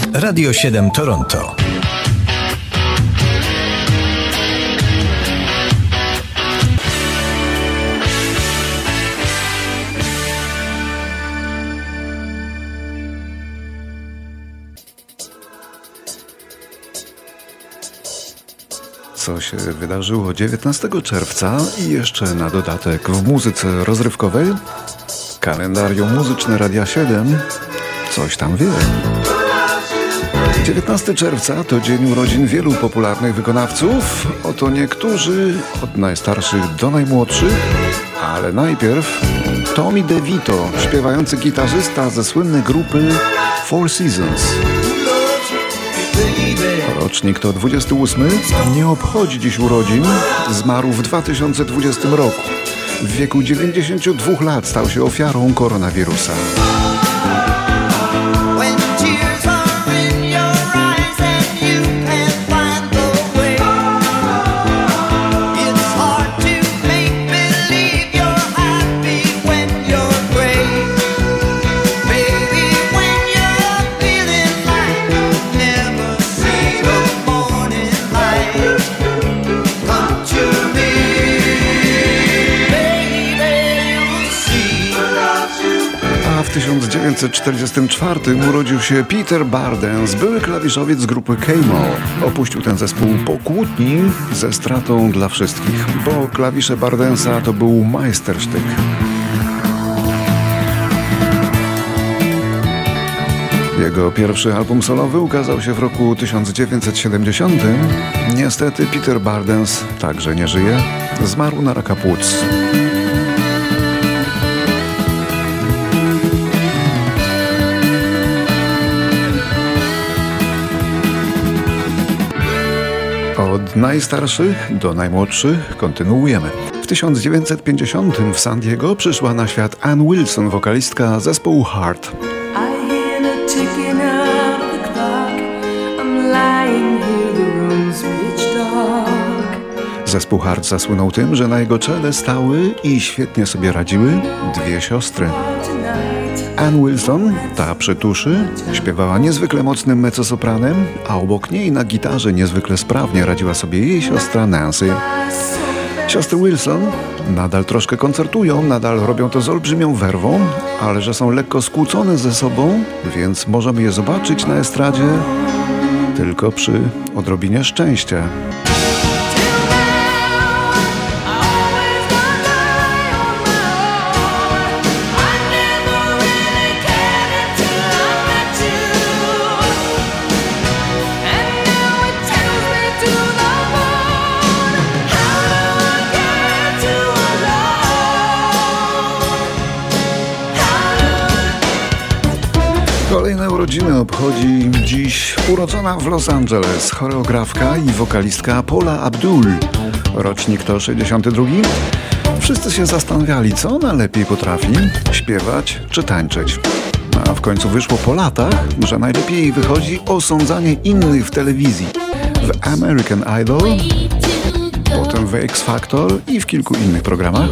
Radio 7 Toronto. Co się wydarzyło 19 czerwca i jeszcze na dodatek w muzyce rozrywkowej? Kalendarium muzyczne Radia 7 coś tam wie. 19 czerwca to dzień urodzin wielu popularnych wykonawców. Oto niektórzy od najstarszych do najmłodszych, ale najpierw Tommy DeVito, śpiewający gitarzysta ze słynnej grupy Four Seasons. Rocznik to 28, nie obchodzi dziś urodzin, zmarł w 2020 roku. W wieku 92 lat stał się ofiarą koronawirusa. W 1944 urodził się Peter Bardens, były klawiszowiec z grupy K-Mo. Opuścił ten zespół po kłótni ze stratą dla wszystkich, bo klawisze Bardensa to był majstersztyk. Jego pierwszy album solowy ukazał się w roku 1970. Niestety Peter Bardens także nie żyje, zmarł na raka płuc. Od najstarszych do najmłodszych kontynuujemy. W 1950 w San Diego przyszła na świat Ann Wilson, wokalistka zespołu Heart. Zespół Heart zasłynął tym, że na jego czele stały i świetnie sobie radziły dwie siostry. Ann Wilson, ta przy tuszy, śpiewała niezwykle mocnym mezzosopranem, a obok niej na gitarze niezwykle sprawnie radziła sobie jej siostra Nancy. Siostry Wilson nadal troszkę koncertują, nadal robią to z olbrzymią werwą, ale że są lekko skłócone ze sobą, więc możemy je zobaczyć na estradzie tylko przy odrobinie szczęścia. Kolejne urodziny obchodzi dziś urodzona w Los Angeles choreografka i wokalistka Paula Abdul. Rocznik to 62. Wszyscy się zastanawiali, co ona lepiej potrafi, śpiewać czy tańczyć. A w końcu wyszło po latach, że najlepiej jej wychodzi osądzanie innych w telewizji. W American Idol, potem w X Factor i w kilku innych programach.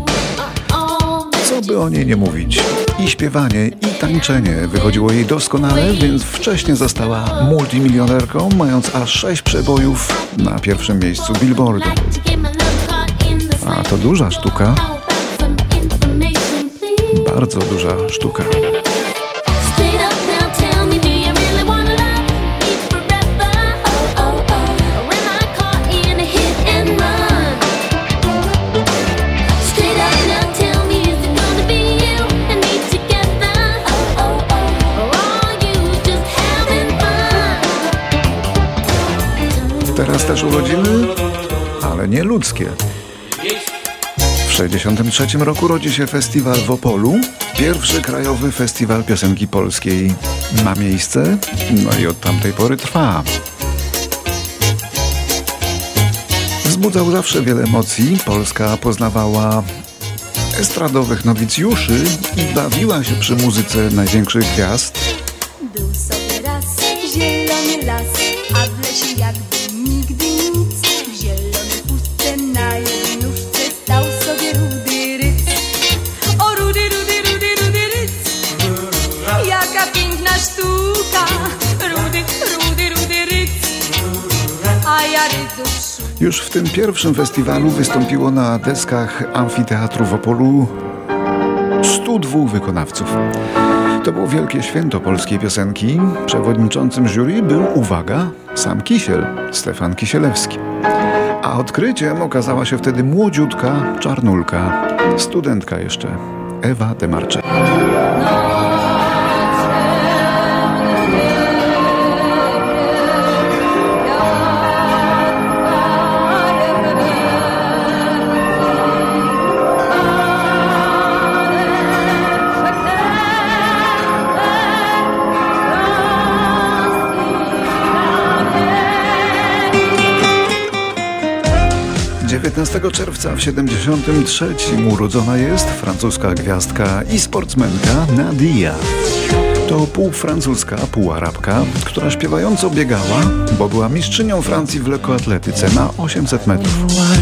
Co by o niej nie mówić. I śpiewanie, i tańczenie wychodziło jej doskonale, więc wcześniej została multimilionerką, mając aż 6 przebojów na pierwszym miejscu Billboardu. A to duża sztuka. Bardzo duża sztuka. Teraz też urodziny, ale nie ludzkie. W 1963 roku rodzi się festiwal w Opolu. Pierwszy krajowy festiwal piosenki polskiej ma miejsce, no i od tamtej pory trwa. Wzbudzał zawsze wiele emocji. Polska poznawała estradowych nowicjuszy i bawiła się przy muzyce największych gwiazd. Był sobie raz zielony las, a w lesie jakby nigdy nic. W zielonej pustce na jednej nóżce stał sobie rudy ryc. O rudy, rudy, rudy, rudy ryc. Jaka piękna sztuka. Rudy, Już w tym pierwszym festiwalu wystąpiło na deskach Amfiteatru w Opolu 102 wykonawców. To było wielkie święto polskiej piosenki. Przewodniczącym jury był, uwaga, sam Kisiel, Stefan Kisielewski. A odkryciem okazała się wtedy młodziutka czarnulka, studentka jeszcze, Ewa Demarczyk. ...19 czerwca w 73 urodzona jest francuska gwiazdka i sportsmenka Nadia. To pół francuska, pół Arabka, która śpiewająco biegała, bo była mistrzynią Francji w lekkoatletyce na 800 metrów.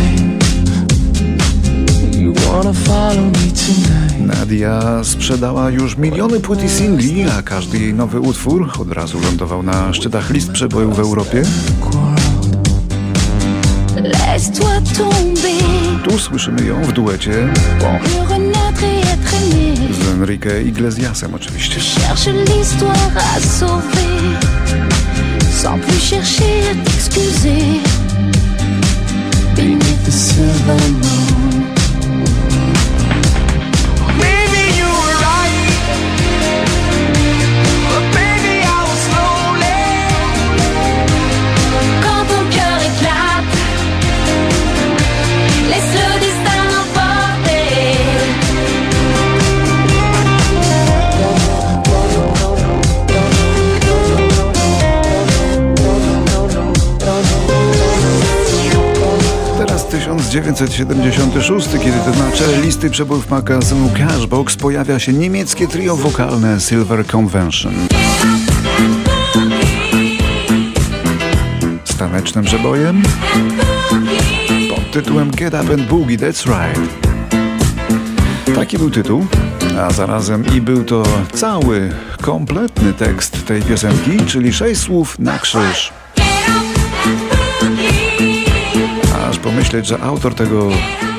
Nadia sprzedała już miliony płyt i singli, a każdy jej nowy utwór od razu lądował na szczytach list przebojów w Europie. Tu słyszymy ją w duecie z Enrique Iglesiasem oczywiście. Teraz 1976, kiedy to na czele listy przebojów magazynu Cashbox pojawia się niemieckie trio wokalne Silver Convention. Z tanecznym przebojem pod tytułem Get Up and Boogie, That's Right. Taki był tytuł, a zarazem i był to cały, kompletny tekst tej piosenki, czyli 6 słów na krzyż. Aż pomyśleć, że autor tego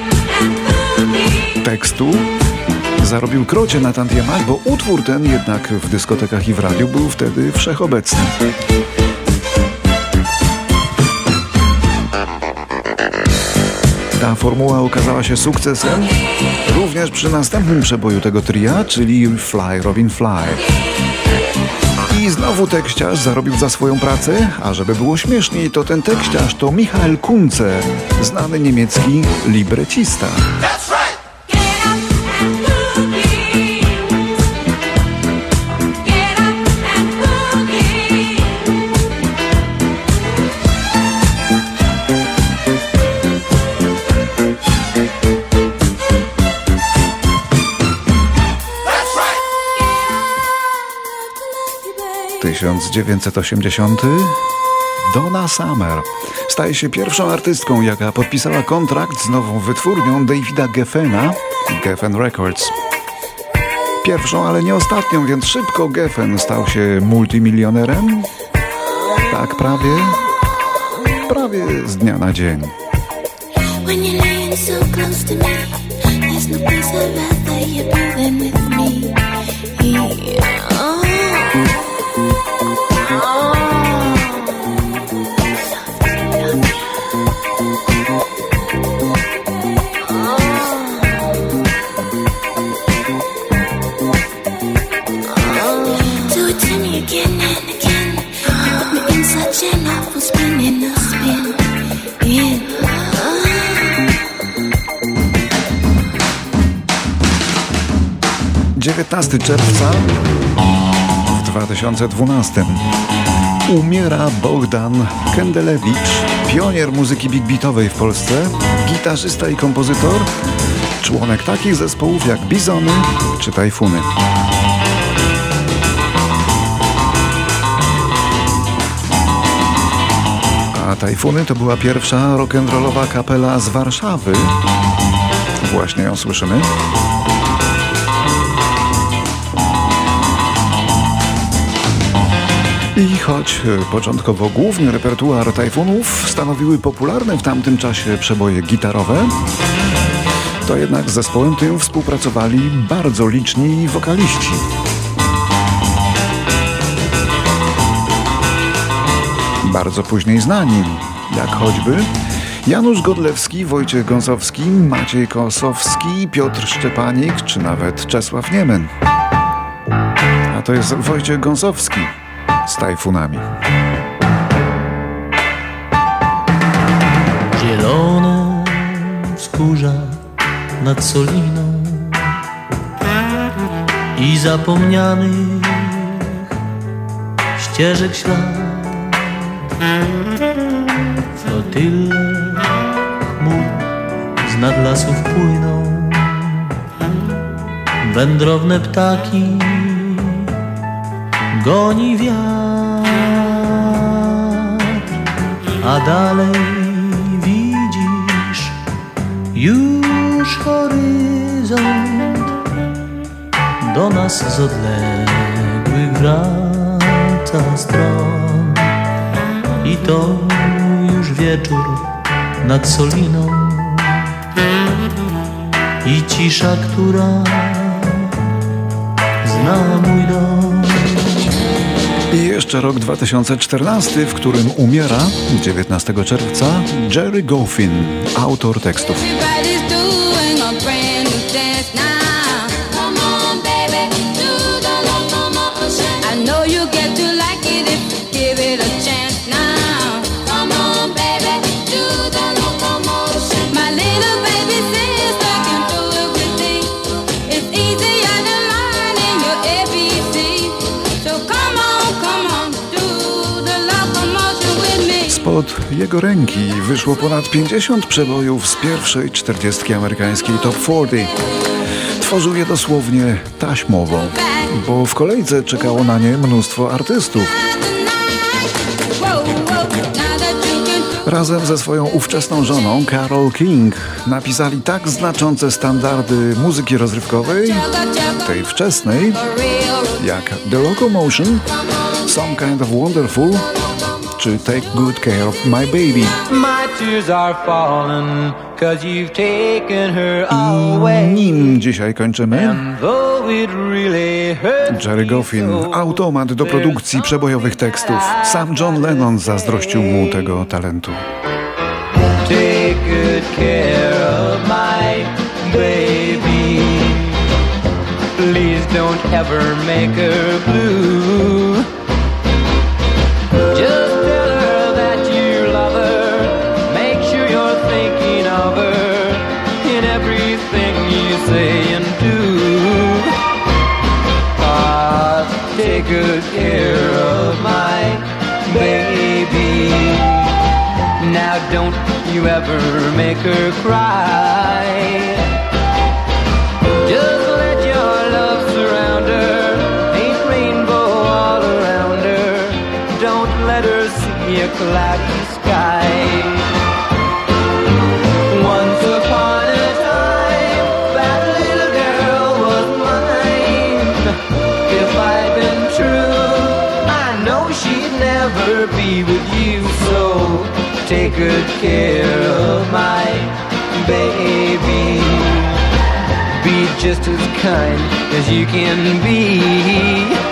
tekstu zarobił krocie na tantiemach, bo utwór ten jednak w dyskotekach i w radiu był wtedy wszechobecny. Ta formuła okazała się sukcesem również przy następnym przeboju tego tria, czyli Fly Robin Fly. I znowu tekściarz zarobił za swoją pracę, a żeby było śmieszniej, to ten tekściarz to Michael Kunze, znany niemiecki librecista. 1980 Donna Summer staje się pierwszą artystką, jaka podpisała kontrakt z nową wytwórnią Davida Geffena, Geffen Records. Pierwszą, ale nie ostatnią, więc szybko Geffen stał się multimilionerem. Tak prawie z dnia na dzień. ...19 czerwca w 2012 umiera Bogdan Kendelewicz, pionier muzyki big beatowej w Polsce, gitarzysta i kompozytor, członek takich zespołów jak Bizony czy Tajfuny. A Tajfuny to była pierwsza rock'n'rollowa kapela z Warszawy. Właśnie ją słyszymy. I choć początkowo główny repertuar Tajfunów stanowiły popularne w tamtym czasie przeboje gitarowe, to jednak z zespołem tym współpracowali bardzo liczni wokaliści. Bardzo później znani, jak choćby Janusz Godlewski, Wojciech Gąsowski, Maciej Kosowski, Piotr Szczepanik czy nawet Czesław Niemen. A to jest Wojciech Gąsowski z Tajfunami. Zielone wzgórza nad Soliną i zapomnianych ścieżek ślad, flotyle chmur z nad lasów płyną, wędrowne ptaki goni wiatr, a dalej widzisz już horyzont, do nas z odległych wraca stron. I to już wieczór nad Soliną i cisza, która zna mój dom. I jeszcze rok 2014, w którym umiera 19 czerwca Jerry Goffin, autor tekstów. Spod jego ręki wyszło ponad 50 przebojów z pierwszej 40 amerykańskiej Top 40. Tworzył je dosłownie taśmowo, bo w kolejce czekało na nie mnóstwo artystów. Razem ze swoją ówczesną żoną Carole King napisali tak znaczące standardy muzyki rozrywkowej, tej wczesnej, jak The Locomotion, Some Kind of Wonderful czy Take Good Care of My Baby. I nim dzisiaj kończymy, Jerry Goffin, automat do produkcji przebojowych tekstów. Sam John Lennon zazdrościł mu tego talentu. Take good care of my baby. Please don't ever make her blue. Just tell her that you love her. Make sure you're thinking of her in everything you say and do. Take good care of my baby. Now don't you ever make her cry. Just let your love surround her. Ain't rainbow all around her. Don't let her see a cloudy sky. Once upon a time, that little girl was mine. If I'd been true, I know she'd never be with you. So take good care of my baby. Be just as kind as you can be.